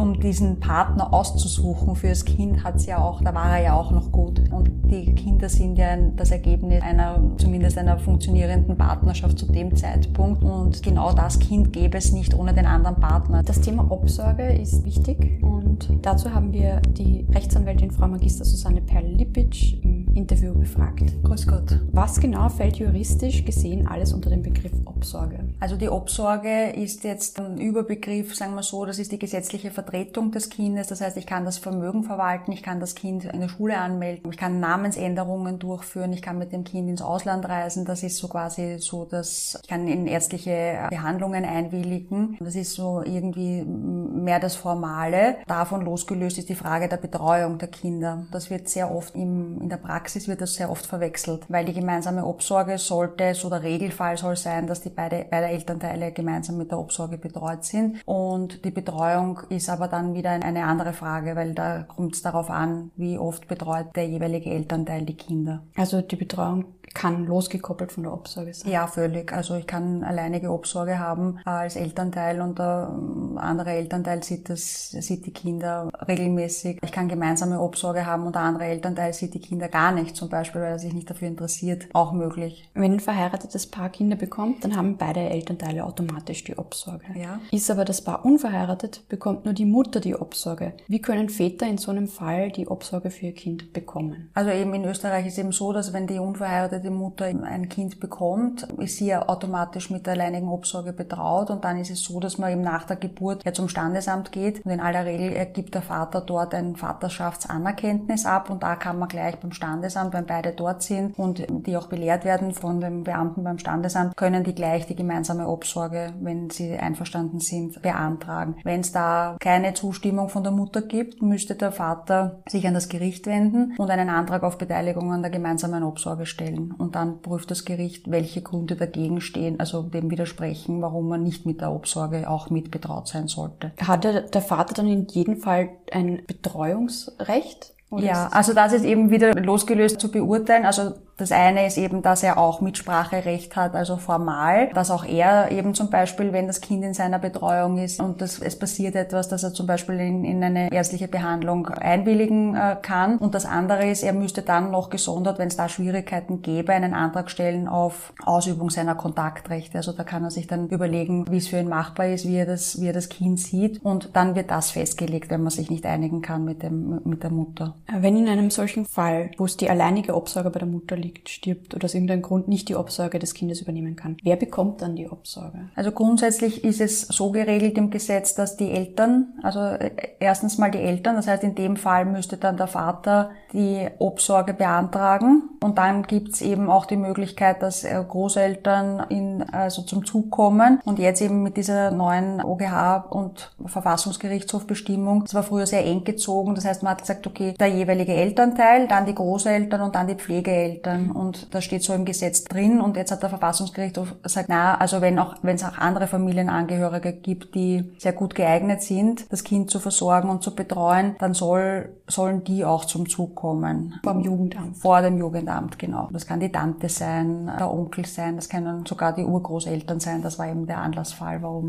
um diesen Partner auszusuchen für das Kind, da war er ja auch noch gut. Und die Kinder sind ja das Ergebnis zumindest einer funktionierenden Partnerschaft zu dem Zeitpunkt. Und genau das Kind gäbe es nicht ohne den anderen Partner. Das Thema Obsorge ist wichtig und dazu haben wir die Rechtsanwältin Frau Magister Susanne Perl-Lippisch im Interview befragt. Grüß Gott. Was genau fällt juristisch gesehen alles unter den Begriff Obsorge? Also die Obsorge ist jetzt ein Überbegriff, sagen wir so, das ist die gesetzliche Vertretung des Kindes. Das heißt, ich kann das Vermögen verwalten, ich kann das Kind in der Schule anmelden, ich kann Namensänderungen durchführen, ich kann mit dem Kind ins Ausland reisen. Das ist so quasi so, dass ich kann in ärztliche Behandlungen einwilligen. Das ist so irgendwie mehr das Formale. Davon losgelöst ist die Frage der Betreuung der Kinder. Das wird sehr oft in der Praxis wird das sehr oft verwechselt, weil die gemeinsame Obsorge sollte, so der Regelfall soll sein, dass die beide Elternteile gemeinsam mit der Obsorge betreut sind. Und die Betreuung ist aber dann wieder eine andere Frage, weil da kommt es darauf an, wie oft betreut der jeweilige Elternteil die Kinder. Also die Betreuung kann losgekoppelt von der Obsorge sein? Ja, völlig. Also ich kann alleinige Obsorge haben als Elternteil und der andere Elternteil sieht die Kinder regelmäßig. Ich kann gemeinsame Obsorge haben und der andere Elternteil sieht die Kinder gar nicht, zum Beispiel, weil er sich nicht dafür interessiert. Auch möglich. Wenn ein verheiratetes Paar Kinder bekommt, dann haben beide Elternteile automatisch die Obsorge. Ja. Ist aber das Paar unverheiratet, bekommt nur die Mutter die Obsorge. Wie können Väter in so einem Fall die Obsorge für ihr Kind bekommen? Also eben in Österreich ist eben so, dass wenn die unverheiratete Mutter ein Kind bekommt, ist sie ja automatisch mit der alleinigen Obsorge betraut und dann ist es so, dass man eben nach der Geburt ja zum Standesamt geht und in aller Regel gibt der Vater dort ein Vaterschaftsanerkenntnis ab und da kann man gleich beim Standesamt, wenn beide dort sind und die auch belehrt werden von dem Beamten beim Standesamt, können die gleich die gemeinsame Obsorge, wenn sie einverstanden sind, beantragen. Wenn es da keine Zustimmung von der Mutter gibt, müsste der Vater sich an das Gericht wenden und einen Antrag auf Beteiligung an der gemeinsamen Obsorge stellen. Und dann prüft das Gericht, welche Gründe dagegen stehen, also dem widersprechen, warum man nicht mit der Obsorge auch mit betraut sein sollte. Hat der Vater dann in jedem Fall ein Betreuungsrecht? Ja, also das ist eben wieder losgelöst zu beurteilen. Also das eine ist eben, dass er auch Mitspracherecht hat, also formal, dass auch er eben zum Beispiel, wenn das Kind in seiner Betreuung ist und es passiert etwas, dass er zum Beispiel in eine ärztliche Behandlung einwilligen kann. Und das andere ist, er müsste dann noch gesondert, wenn es da Schwierigkeiten gäbe, einen Antrag stellen auf Ausübung seiner Kontaktrechte. Also da kann er sich dann überlegen, wie es für ihn machbar ist, wie er das Kind sieht. Und dann wird das festgelegt, wenn man sich nicht einigen kann mit der Mutter. Wenn in einem solchen Fall, wo es die alleinige Obsorge bei der Mutter liegt, stirbt oder aus irgendeinem Grund nicht die Obsorge des Kindes übernehmen kann, wer bekommt dann die Obsorge? Also grundsätzlich ist es so geregelt im Gesetz, dass die Eltern, also erstens mal die Eltern, das heißt in dem Fall müsste dann der Vater die Obsorge beantragen und dann gibt's eben auch die Möglichkeit, dass Großeltern also zum Zug kommen und jetzt eben mit dieser neuen OGH und Verfassungsgerichtshofbestimmung, das war früher sehr eng gezogen, das heißt man hat gesagt, okay, der jeweilige Elternteil, dann die Großeltern und dann die Pflegeeltern und das steht so im Gesetz drin und jetzt hat der Verfassungsgerichtshof gesagt, also wenn es auch andere Familienangehörige gibt, die sehr gut geeignet sind, das Kind zu versorgen und zu betreuen, dann sollen die auch zum Zug kommen. Vor dem Jugendamt. Vor dem Jugendamt, genau. Das kann die Tante sein, der Onkel sein, das können sogar die Urgroßeltern sein. Das war eben der Anlassfall, warum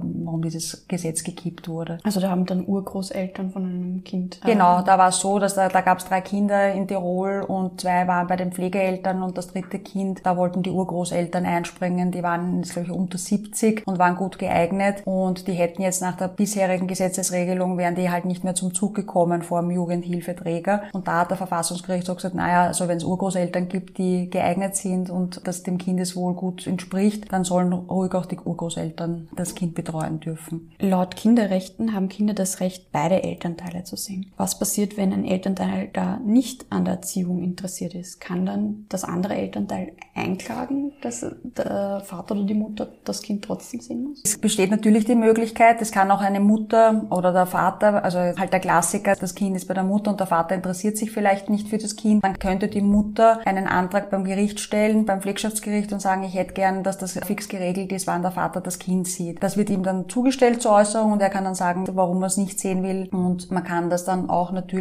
dieses Gesetz gekippt wurde. Also da haben dann Urgroßeltern von einem Kind. Genau, da war es so, dass da gab es 3 Kinder in Tirol und 2 waren bei den Pflegeeltern und das 3. Kind, da wollten die Urgroßeltern einspringen. Die waren, glaube ich, unter 70 und waren gut geeignet und die hätten jetzt nach der bisherigen Gesetzesregelung, wären die halt nicht mehr zum Zug gekommen vor dem Jugendhilfeträger. Und da hat der Verfassungsgerichtshof gesagt, also wenn es Urgroßeltern gibt, die geeignet sind und das dem Kindeswohl gut entspricht, dann sollen ruhig auch die Urgroßeltern das Kind betreuen dürfen. Laut Kinderrechten haben Kinder das Recht, beide Elternteile zu sehen. Was passiert, wenn ein Elternteil da nicht an der Erziehung interessiert ist? Kann dann das andere Elternteil einklagen, dass der Vater oder die Mutter das Kind trotzdem sehen muss? Es besteht natürlich die Möglichkeit, es kann auch eine Mutter oder der Vater, also halt der Klassiker, das Kind ist bei der Mutter und der Vater interessiert sich vielleicht nicht für das Kind, dann könnte die Mutter einen Antrag beim Gericht stellen, beim Pflegschaftsgericht und sagen, ich hätte gern, dass das fix geregelt ist, wann der Vater das Kind sieht. Das wird ihm dann zugestellt zur Äußerung und er kann dann sagen, warum er es nicht sehen will und man kann das dann auch natürlich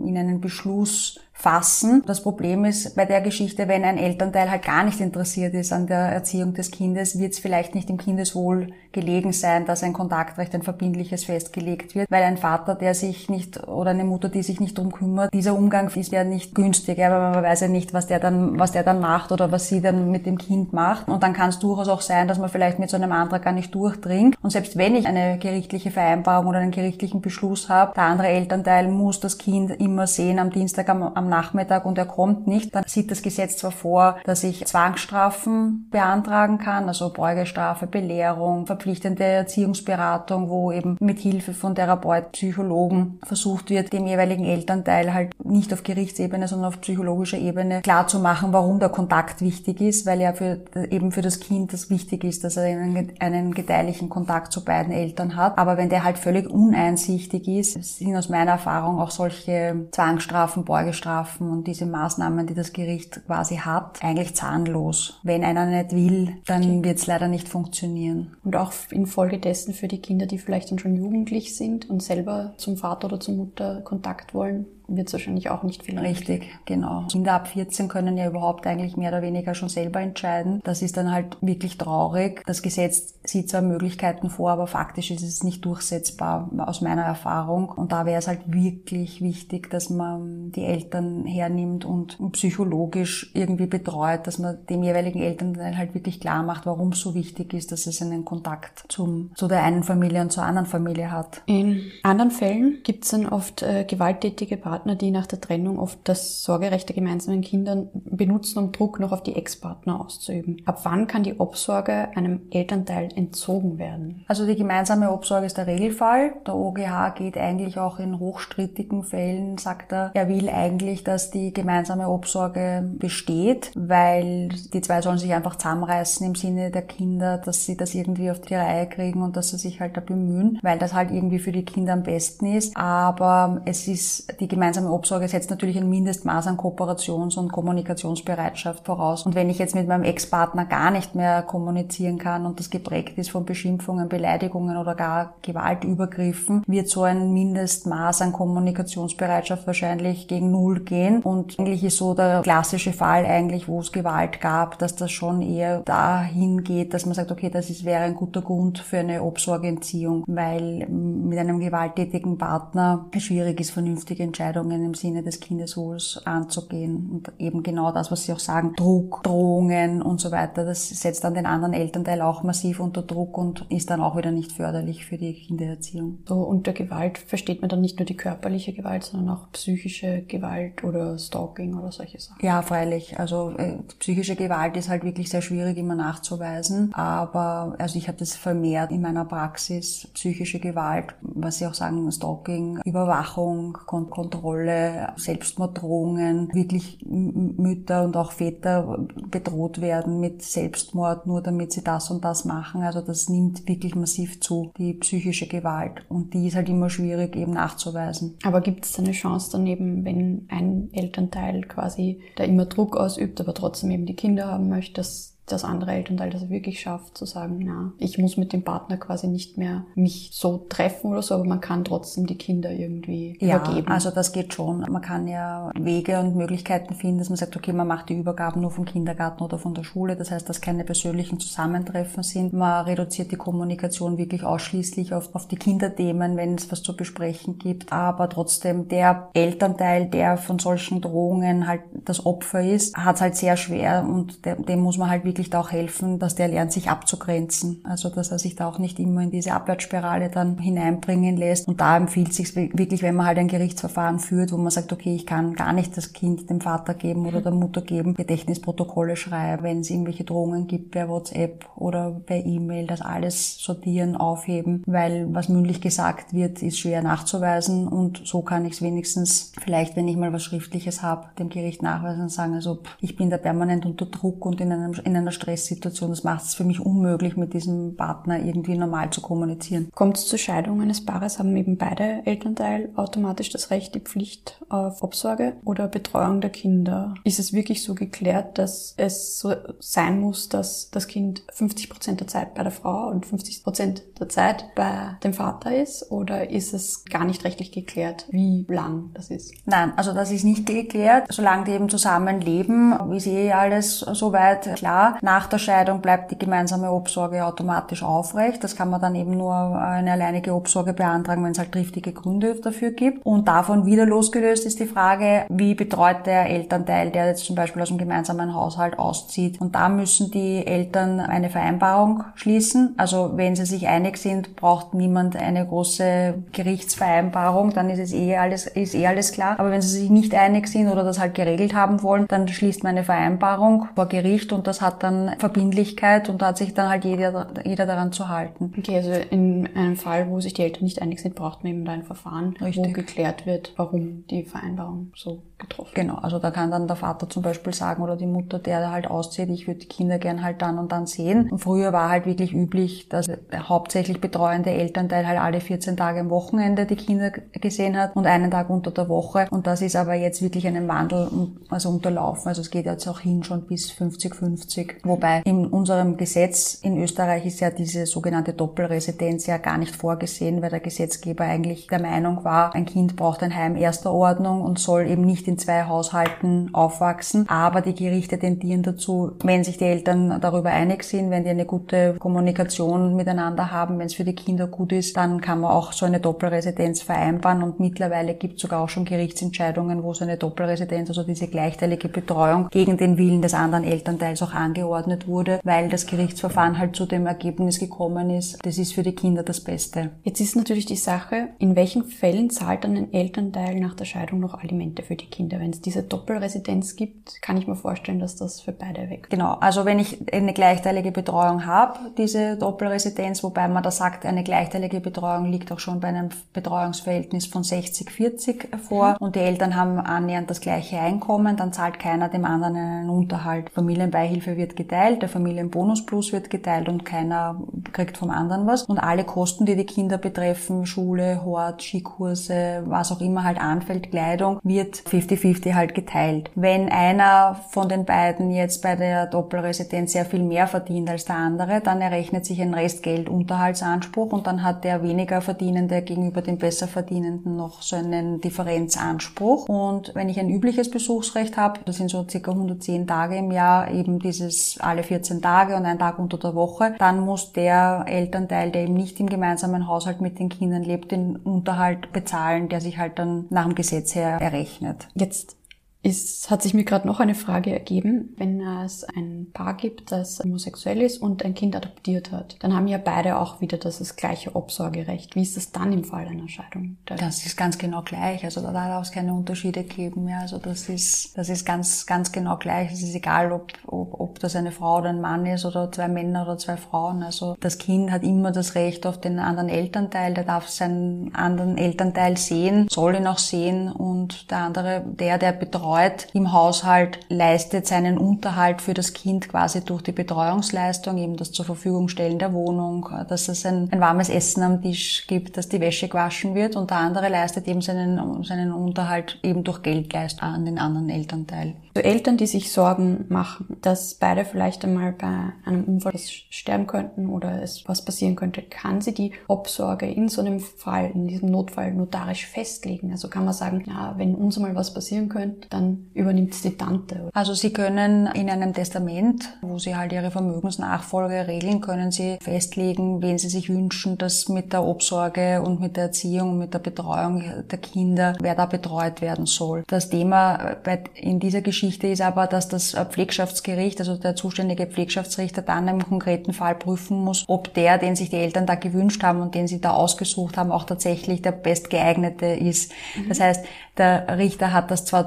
in einen Beschluss fassen. Das Problem ist bei der Geschichte, wenn ein Elternteil halt gar nicht interessiert ist an der Erziehung des Kindes, wird es vielleicht nicht im Kindeswohl gelegen sein, dass ein Kontaktrecht, ein verbindliches festgelegt wird, weil ein Vater, der sich nicht, oder eine Mutter, die sich nicht drum kümmert, dieser Umgang ist ja nicht günstig, aber man weiß ja nicht, was der dann macht oder was sie dann mit dem Kind macht. Und dann kann es durchaus auch sein, dass man vielleicht mit so einem Antrag gar nicht durchdringt. Und selbst wenn ich eine gerichtliche Vereinbarung oder einen gerichtlichen Beschluss habe, der andere Elternteil muss das Kind immer sehen am Dienstag am Nachmittag und er kommt nicht, dann sieht das Gesetz zwar vor, dass ich Zwangsstrafen beantragen kann, also Beugestrafe, Belehrung, verpflichtende Erziehungsberatung, wo eben mit Hilfe von Therapeuten, Psychologen versucht wird, dem jeweiligen Elternteil halt nicht auf Gerichtsebene, sondern auf psychologischer Ebene klar zu machen, warum der Kontakt wichtig ist, weil ja eben für das Kind das wichtig ist, dass er einen gedeihlichen Kontakt zu beiden Eltern hat. Aber wenn der halt völlig uneinsichtig ist, sind aus meiner Erfahrung auch solche Zwangsstrafen, Beugestrafen und diese Maßnahmen, die das Gericht quasi hat, eigentlich zahnlos. Wenn einer nicht will, dann wird es leider nicht funktionieren. Und auch infolgedessen für die Kinder, die vielleicht dann schon jugendlich sind und selber zum Vater oder zur Mutter Kontakt wollen, wird es wahrscheinlich auch nicht viel. Richtig, genau. Kinder ab 14 können ja überhaupt eigentlich mehr oder weniger schon selber entscheiden. Das ist dann halt wirklich traurig. Das Gesetz sieht zwar Möglichkeiten vor, aber faktisch ist es nicht durchsetzbar aus meiner Erfahrung. Und da wäre es halt wirklich wichtig, dass man die Eltern hernimmt und psychologisch irgendwie betreut, dass man dem jeweiligen Elternteil halt wirklich klar macht, warum es so wichtig ist, dass es einen Kontakt zu der einen Familie und zur anderen Familie hat. In anderen Fällen gibt es dann oft gewalttätige Partner, die nach der Trennung oft das Sorgerecht der gemeinsamen Kinder benutzen, um Druck noch auf die Ex-Partner auszuüben. Ab wann kann die Obsorge einem Elternteil entzogen werden? Also die gemeinsame Obsorge ist der Regelfall. Der OGH geht eigentlich auch in hochstrittigen Fällen, sagt er will eigentlich, dass die gemeinsame Obsorge besteht, weil die zwei sollen sich einfach zusammenreißen im Sinne der Kinder, dass sie das irgendwie auf die Reihe kriegen und dass sie sich halt da bemühen, weil das halt irgendwie für die Kinder am besten ist. Aber die gemeinsame Obsorge setzt natürlich ein Mindestmaß an Kooperations- und Kommunikationsbereitschaft voraus. Und wenn ich jetzt mit meinem Ex-Partner gar nicht mehr kommunizieren kann und das geprägt ist von Beschimpfungen, Beleidigungen oder gar Gewaltübergriffen, wird so ein Mindestmaß an Kommunikationsbereitschaft wahrscheinlich gegen Null gehen. Und eigentlich ist so der klassische Fall eigentlich, wo es Gewalt gab, dass das schon eher dahin geht, dass man sagt, okay, wäre ein guter Grund für eine Obsorgeentziehung, weil mit einem gewalttätigen Partner es schwierig ist, vernünftige Entscheidungen im Sinne des Kindeswohls anzugehen. Und eben genau das, was Sie auch sagen, Druck, Drohungen und so weiter, das setzt dann den anderen Elternteil auch massiv unter Druck und ist dann auch wieder nicht förderlich für die Kindererziehung. So, unter Gewalt versteht man dann nicht nur die körperliche Gewalt, sondern auch psychische Gewalt oder Stalking oder solche Sachen? Ja, freilich. Also psychische Gewalt ist halt wirklich sehr schwierig immer nachzuweisen, aber also ich habe das vermehrt in meiner Praxis, psychische Gewalt, was Sie auch sagen, Stalking, Überwachung, Kontrolle, Selbstmorddrohungen, wirklich Mütter und auch Väter bedroht werden mit Selbstmord, nur damit sie das und das machen. Also das nimmt wirklich massiv zu, die psychische Gewalt. Und die ist halt immer schwierig eben nachzuweisen. Aber gibt es eine Chance dann eben, wenn ein Elternteil quasi da immer Druck ausübt, aber trotzdem eben die Kinder haben möchte, dass das andere Elternteil das wirklich schafft, zu sagen, na, ich muss mit dem Partner quasi nicht mehr mich so treffen oder so, aber man kann trotzdem die Kinder irgendwie übergeben. Ja, also das geht schon. Man kann ja Wege und Möglichkeiten finden, dass man sagt, okay, man macht die Übergaben nur vom Kindergarten oder von der Schule. Das heißt, dass keine persönlichen Zusammentreffen sind. Man reduziert die Kommunikation wirklich ausschließlich auf die Kinderthemen, wenn es was zu besprechen gibt. Aber trotzdem, der Elternteil, der von solchen Drohungen halt das Opfer ist, hat es halt sehr schwer und dem muss man halt wirklich da auch helfen, dass der lernt, sich abzugrenzen. Also, dass er sich da auch nicht immer in diese Abwärtsspirale dann hineinbringen lässt. Und da empfiehlt es sich wirklich, wenn man halt ein Gerichtsverfahren führt, wo man sagt, okay, ich kann gar nicht das Kind dem Vater geben oder der Mutter geben, Gedächtnisprotokolle schreiben, wenn es irgendwelche Drohungen gibt per WhatsApp oder per E-Mail, das alles sortieren, aufheben, weil was mündlich gesagt wird, ist schwer nachzuweisen und so kann ich es wenigstens vielleicht, wenn ich mal was Schriftliches habe, dem Gericht nachweisen und sagen, also ich bin da permanent unter Druck und in einem einer Stresssituation. Das macht es für mich unmöglich, mit diesem Partner irgendwie normal zu kommunizieren. Kommt es zur Scheidung eines Paares, haben eben beide Elternteile automatisch das Recht, die Pflicht auf Obsorge oder Betreuung der Kinder? Ist es wirklich so geklärt, dass es so sein muss, dass das Kind 50% der Zeit bei der Frau und 50% der Zeit bei dem Vater ist? Oder ist es gar nicht rechtlich geklärt, wie lang das ist? Nein, also das ist nicht geklärt. Solange die eben zusammenleben, ist alles soweit klar. Nach der Scheidung bleibt die gemeinsame Obsorge automatisch aufrecht. Das kann man dann eben nur eine alleinige Obsorge beantragen, wenn es halt triftige Gründe dafür gibt. Und davon wieder losgelöst ist die Frage, wie betreut der Elternteil, der jetzt zum Beispiel aus dem gemeinsamen Haushalt auszieht. Und da müssen die Eltern eine Vereinbarung schließen. Also wenn sie sich einig sind, braucht niemand eine große Gerichtsvereinbarung, dann ist alles klar. Aber wenn sie sich nicht einig sind oder das halt geregelt haben wollen, dann schließt man eine Vereinbarung vor Gericht und das hat dann Verbindlichkeit und da hat sich dann halt jeder daran zu halten. Okay, also in einem Fall, wo sich die Eltern nicht einig sind, braucht man eben da ein Verfahren, Richtig. Wo geklärt wird, warum die Vereinbarung so getroffen wird. Genau, also da kann dann der Vater zum Beispiel sagen oder die Mutter, der halt auszieht, ich würde die Kinder gern halt dann und dann sehen. Und früher war halt wirklich üblich, dass der hauptsächlich betreuende Elternteil halt alle 14 Tage am Wochenende die Kinder gesehen hat und einen Tag unter der Woche. Und das ist aber jetzt wirklich einem Wandel unterlaufen. Also es geht jetzt auch hin schon bis 50-50. Wobei in unserem Gesetz in Österreich ist ja diese sogenannte Doppelresidenz ja gar nicht vorgesehen, weil der Gesetzgeber eigentlich der Meinung war, ein Kind braucht ein Heim erster Ordnung und soll eben nicht in 2 Haushalten aufwachsen. Aber die Gerichte tendieren dazu, wenn sich die Eltern darüber einig sind, wenn die eine gute Kommunikation miteinander haben, wenn es für die Kinder gut ist, dann kann man auch so eine Doppelresidenz vereinbaren und mittlerweile gibt es sogar auch schon Gerichtsentscheidungen, wo so eine Doppelresidenz, also diese gleichteilige Betreuung gegen den Willen des anderen Elternteils auch angeordnet wurde, weil das Gerichtsverfahren halt zu dem Ergebnis gekommen ist, das ist für die Kinder das Beste. Jetzt ist natürlich die Sache, in welchen Fällen zahlt dann ein Elternteil nach der Scheidung noch Alimente für die Kinder? Wenn es diese Doppelresidenz gibt, kann ich mir vorstellen, dass das für beide weg. Genau, also wenn ich eine gleichteilige Betreuung habe, diese Doppelresidenz, wobei man da sagt, eine gleichteilige Betreuung liegt auch schon bei einem Betreuungsverhältnis von 60-40 vor und die Eltern haben annähernd das gleiche Einkommen, dann zahlt keiner dem anderen einen Unterhalt. Familienbeihilfe wird geteilt, der Familienbonus plus wird geteilt und keiner kriegt vom anderen was. Und alle Kosten, die die Kinder betreffen, Schule, Hort, Skikurse, was auch immer halt anfällt, Kleidung, wird 50-50 halt geteilt. Wenn einer von den beiden jetzt bei der Doppelresidenz sehr viel mehr verdient als der andere, dann errechnet sich ein Restgeldunterhaltsanspruch und dann hat der weniger Verdienende gegenüber dem besser Verdienenden noch so einen Differenzanspruch. Und wenn ich ein übliches Besuchsrecht habe, das sind so ca. 110 Tage im Jahr, eben dieses alle 14 Tage und ein Tag unter der Woche, dann muss der Elternteil, der eben nicht im gemeinsamen Haushalt mit den Kindern lebt, den Unterhalt bezahlen, der sich halt dann nach dem Gesetz her errechnet. Jetzt hat sich mir gerade noch eine Frage ergeben. Wenn es ein Paar gibt, das homosexuell ist und ein Kind adoptiert hat, dann haben ja beide auch wieder das gleiche Obsorgerecht. Wie ist das dann im Fall einer Scheidung? Das ist ganz genau gleich. Also da darf es keine Unterschiede geben. Ja, also das ist ganz, ganz genau gleich. Es ist egal, ob das eine Frau oder ein Mann ist oder 2 Männer oder 2 Frauen. Also das Kind hat immer das Recht auf den anderen Elternteil. Der darf seinen anderen Elternteil sehen, soll ihn auch sehen und der andere, der betreut im Haushalt, leistet seinen Unterhalt für das Kind quasi durch die Betreuungsleistung, eben das zur Verfügung stellen der Wohnung, dass es ein warmes Essen am Tisch gibt, dass die Wäsche gewaschen wird und der andere leistet eben seinen Unterhalt eben durch Geldleistung an den anderen Elternteil. Also Eltern, die sich Sorgen machen, dass beide vielleicht einmal bei einem Unfall sterben könnten oder es was passieren könnte, kann sie die Obsorge in so einem Fall, in diesem Notfall notarisch festlegen? Also kann man sagen, ja, wenn uns mal was passieren könnte, dann übernimmt es die Tante. Also Sie können in einem Testament, wo Sie halt Ihre Vermögensnachfolge regeln, können Sie festlegen, wen Sie sich wünschen, dass mit der Obsorge und mit der Erziehung und mit der Betreuung der Kinder, wer da betreut werden soll. Das Thema in dieser Geschichte ist aber, dass das Pflegschaftsgericht, also der zuständige Pflegschaftsrichter, dann im konkreten Fall prüfen muss, ob der, den sich die Eltern da gewünscht haben und den sie da ausgesucht haben, auch tatsächlich der bestgeeignete ist. Das heißt, der Richter hat das zwar zu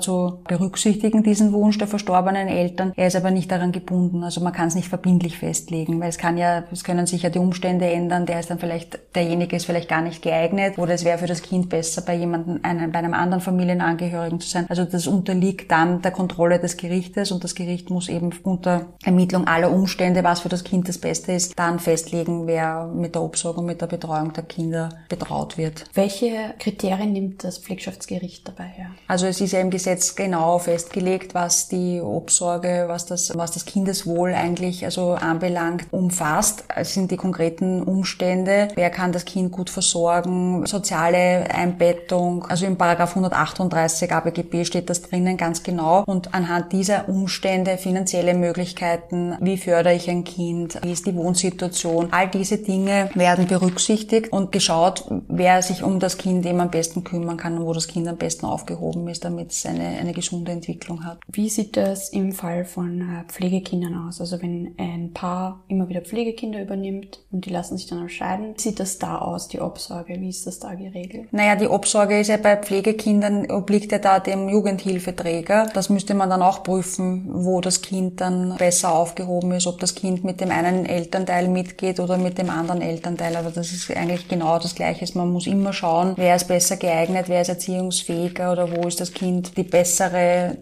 berücksichtigen, diesen Wunsch der verstorbenen Eltern. Er ist aber nicht daran gebunden. Also man kann es nicht verbindlich festlegen, weil es können sich ja die Umstände ändern. Derjenige ist vielleicht gar nicht geeignet oder es wäre für das Kind besser, bei einem anderen Familienangehörigen zu sein. Also das unterliegt dann der Kontrolle des Gerichtes und das Gericht muss eben unter Ermittlung aller Umstände, was für das Kind das Beste ist, dann festlegen, wer mit der Obsorge und mit der Betreuung der Kinder betraut wird. Welche Kriterien nimmt das Pflegschaftsgericht dabei her? Also es ist ja im Gesetz genau festgelegt, was die Obsorge, was das Kindeswohl eigentlich anbelangt, umfasst. Es sind die konkreten Umstände, wer kann das Kind gut versorgen, soziale Einbettung. Also im Paragraph 138 ABGB steht das drinnen ganz genau. Und anhand dieser Umstände, finanzielle Möglichkeiten, wie fördere ich ein Kind, wie ist die Wohnsituation, all diese Dinge werden berücksichtigt und geschaut, wer sich um das Kind eben am besten kümmern kann und wo das Kind am besten aufgehoben ist, damit es eine gesunde Entwicklung hat. Wie sieht das im Fall von Pflegekindern aus? Also wenn ein Paar immer wieder Pflegekinder übernimmt und die lassen sich dann scheiden, wie sieht das da aus, die Obsorge? Wie ist das da geregelt? Naja, die Obsorge ist ja bei Pflegekindern, obliegt ja da dem Jugendhilfeträger. Das müsste man dann auch prüfen, wo das Kind dann besser aufgehoben ist, ob das Kind mit dem einen Elternteil mitgeht oder mit dem anderen Elternteil. Aber das ist eigentlich genau das Gleiche. Man muss immer schauen, wer ist besser geeignet, wer ist erziehungsfähiger oder wo ist das Kind die bessere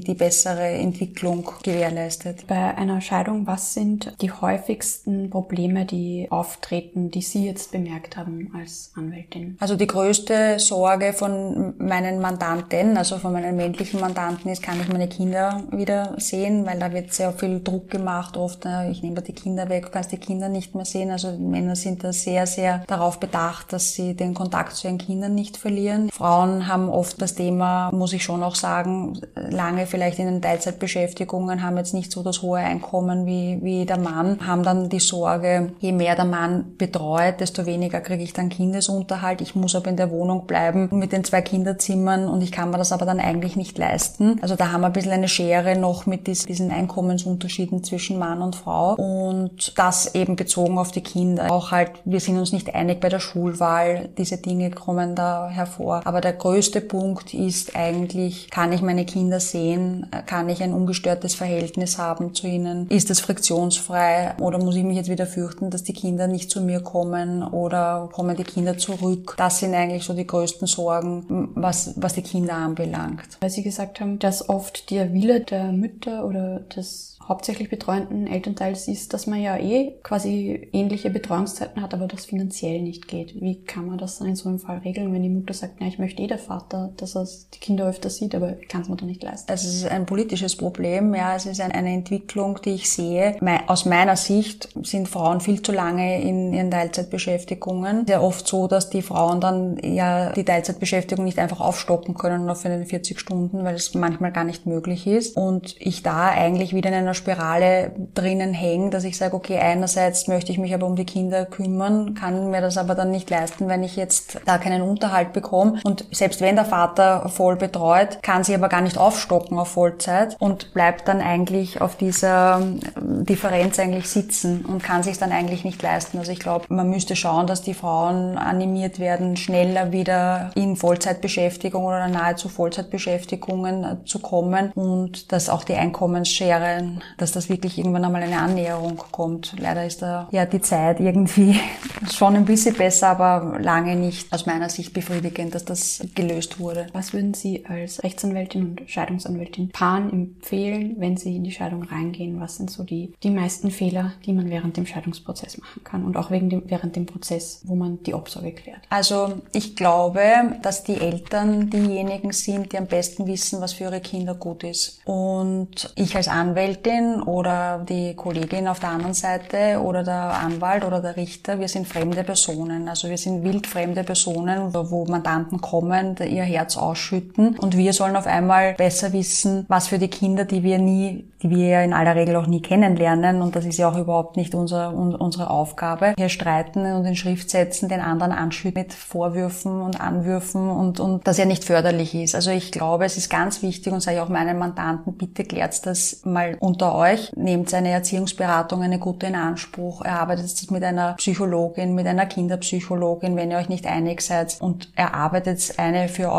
Entwicklung gewährleistet. Bei einer Scheidung, was sind die häufigsten Probleme, die auftreten, die Sie jetzt bemerkt haben als Anwältin? Also die größte Sorge von meinen Mandanten, also von meinen männlichen Mandanten ist, kann ich meine Kinder wieder sehen, weil da wird sehr viel Druck gemacht, oft, ich nehme die Kinder weg, du kannst die Kinder nicht mehr sehen. Also Männer sind da sehr, sehr darauf bedacht, dass sie den Kontakt zu ihren Kindern nicht verlieren. Frauen haben oft das Thema, muss ich schon auch sagen, lange vielleicht in den Teilzeitbeschäftigungen, haben jetzt nicht so das hohe Einkommen wie der Mann, haben dann die Sorge, je mehr der Mann betreut, desto weniger kriege ich dann Kindesunterhalt. Ich muss aber in der Wohnung bleiben mit den 2 Kinderzimmern und ich kann mir das aber dann eigentlich nicht leisten. Also da haben wir ein bisschen eine Schere noch mit diesen Einkommensunterschieden zwischen Mann und Frau und das eben bezogen auf die Kinder. Auch halt, wir sind uns nicht einig bei der Schulwahl, diese Dinge kommen da hervor. Aber der größte Punkt ist eigentlich, kann ich meine Kinder sehen? Kann ich ein ungestörtes Verhältnis haben zu ihnen? Ist es friktionsfrei? Oder muss ich mich jetzt wieder fürchten, dass die Kinder nicht zu mir kommen oder kommen die Kinder zurück? Das sind eigentlich so die größten Sorgen, was die Kinder anbelangt. Weil Sie gesagt haben, dass oft der Wille der Mütter oder des hauptsächlich betreuenden Elternteils ist, dass man ja quasi ähnliche Betreuungszeiten hat, aber das finanziell nicht geht. Wie kann man das dann in so einem Fall regeln, wenn die Mutter sagt, na, ich möchte der Vater, dass er die Kinder öfter sieht, aber ich kann es mir doch nicht leisten? Es ist ein politisches Problem, ja, es ist eine Entwicklung, die ich sehe. Aus meiner Sicht sind Frauen viel zu lange in ihren Teilzeitbeschäftigungen. Sehr oft so, dass die Frauen dann ja die Teilzeitbeschäftigung nicht einfach aufstocken können auf 40 Stunden, weil es manchmal gar nicht möglich ist. Und ich da eigentlich wieder in einer Spirale drinnen hänge, dass ich sage, okay, einerseits möchte ich mich aber um die Kinder kümmern, kann mir das aber dann nicht leisten, wenn ich jetzt da keinen Unterhalt bekomme. Und selbst wenn der Vater voll betreut, kann sie aber gar nicht aufstocken auf Vollzeit und bleibt dann eigentlich auf dieser Differenz eigentlich sitzen und kann sich dann eigentlich nicht leisten. Also ich glaube, man müsste schauen, dass die Frauen animiert werden, schneller wieder in Vollzeitbeschäftigung oder nahezu Vollzeitbeschäftigungen zu kommen und dass auch die Einkommensscheren, dass das wirklich irgendwann einmal eine Annäherung kommt. Leider ist da ja die Zeit irgendwie schon ein bisschen besser, aber lange nicht aus meiner Sicht befriedigend, dass das gelöst wurde. Was würden Sie als Rechtsanwältin und Scheidungsanwältin Paaren empfehlen, wenn sie in die Scheidung reingehen? Was sind so die meisten Fehler, die man während dem Scheidungsprozess machen kann und auch während dem Prozess, wo man die Obsorge klärt? Also ich glaube, dass die Eltern diejenigen sind, die am besten wissen, was für ihre Kinder gut ist. Und ich als Anwältin oder die Kollegin auf der anderen Seite oder der Anwalt oder der Richter, wir sind fremde Personen. Also wir sind wildfremde Personen, wo Mandanten kommen, ihr Herz ausschütten und wir sollen auf einmal besser wissen, was für die Kinder, die wir ja in aller Regel auch nie kennenlernen und das ist ja auch überhaupt nicht unsere Aufgabe, hier streiten und in Schriftsätzen den anderen anschütten mit Vorwürfen und Anwürfen und das ja nicht förderlich ist. Also ich glaube, es ist ganz wichtig und sage ich auch meinen Mandanten, bitte klärt das mal unter euch, nehmt eine Erziehungsberatung, eine gute in Anspruch, erarbeitet das mit einer Psychologin, mit einer Kinderpsychologin, wenn ihr euch nicht einig seid und erarbeitet eine für euch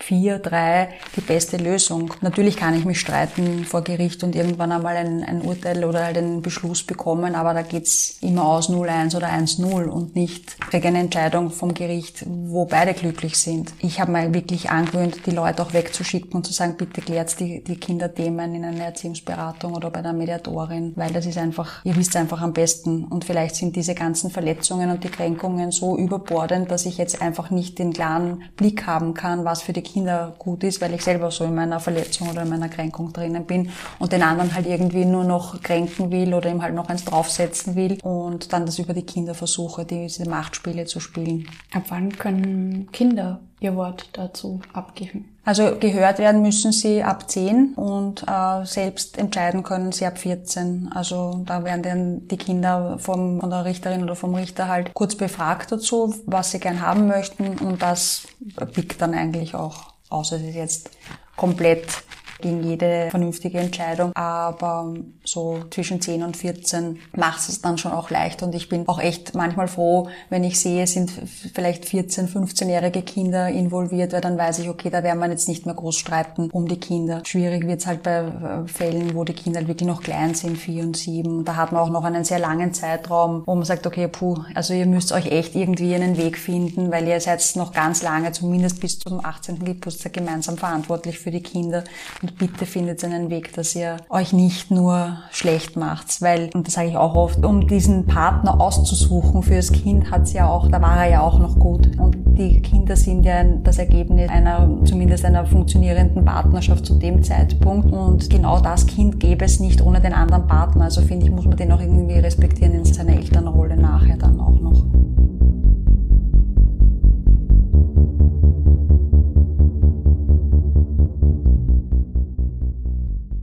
4, 3 die beste Lösung. Natürlich kann ich mich streiten vor Gericht und irgendwann einmal ein Urteil oder halt einen Beschluss bekommen, aber da geht's immer aus 0-1 oder 1-0 und nicht kriege eine Entscheidung vom Gericht, wo beide glücklich sind. Ich habe mal wirklich angewöhnt, die Leute auch wegzuschicken und zu sagen, bitte klärt die Kinderthemen in einer Erziehungsberatung oder bei einer Mediatorin, weil das ist einfach, ihr wisst einfach am besten und vielleicht sind diese ganzen Verletzungen und die Kränkungen so überbordend, dass ich jetzt einfach nicht den klaren Blick haben kann, was für die Kinder gut ist, weil ich selber so in meiner Verletzung oder in meiner Kränkung drinnen bin und den anderen halt irgendwie nur noch kränken will oder ihm halt noch eins draufsetzen will und dann das über die Kinder versuche, diese Machtspiele zu spielen. Ab wann können Kinder ihr Wort dazu abgeben? Also gehört werden müssen sie ab 10 und selbst entscheiden können sie ab 14. Also da werden dann die Kinder von der Richterin oder vom Richter halt kurz befragt dazu, was sie gern haben möchten und das biegt dann eigentlich auch aus. Es ist jetzt komplett gegen jede vernünftige Entscheidung, aber so zwischen 10 und 14 macht es dann schon auch leicht und ich bin auch echt manchmal froh, wenn ich sehe, es sind vielleicht 14-, 15-jährige Kinder involviert, weil dann weiß ich, okay, da werden wir jetzt nicht mehr groß streiten um die Kinder. Schwierig wird's halt bei Fällen, wo die Kinder halt wirklich noch klein sind, 4 und 7. Da hat man auch noch einen sehr langen Zeitraum, wo man sagt, okay, also ihr müsst euch echt irgendwie einen Weg finden, weil ihr seid noch ganz lange, zumindest bis zum 18. Geburtstag gemeinsam verantwortlich für die Kinder. Und bitte findet einen Weg, dass ihr euch nicht nur schlecht macht, weil, und das sage ich auch oft, um diesen Partner auszusuchen für das Kind da war er ja auch noch gut. Und die Kinder sind ja das Ergebnis zumindest einer funktionierenden Partnerschaft zu dem Zeitpunkt. Und genau das Kind gäbe es nicht ohne den anderen Partner. Also finde ich, muss man den auch irgendwie respektieren in seiner Elternrolle nachher dann auch noch.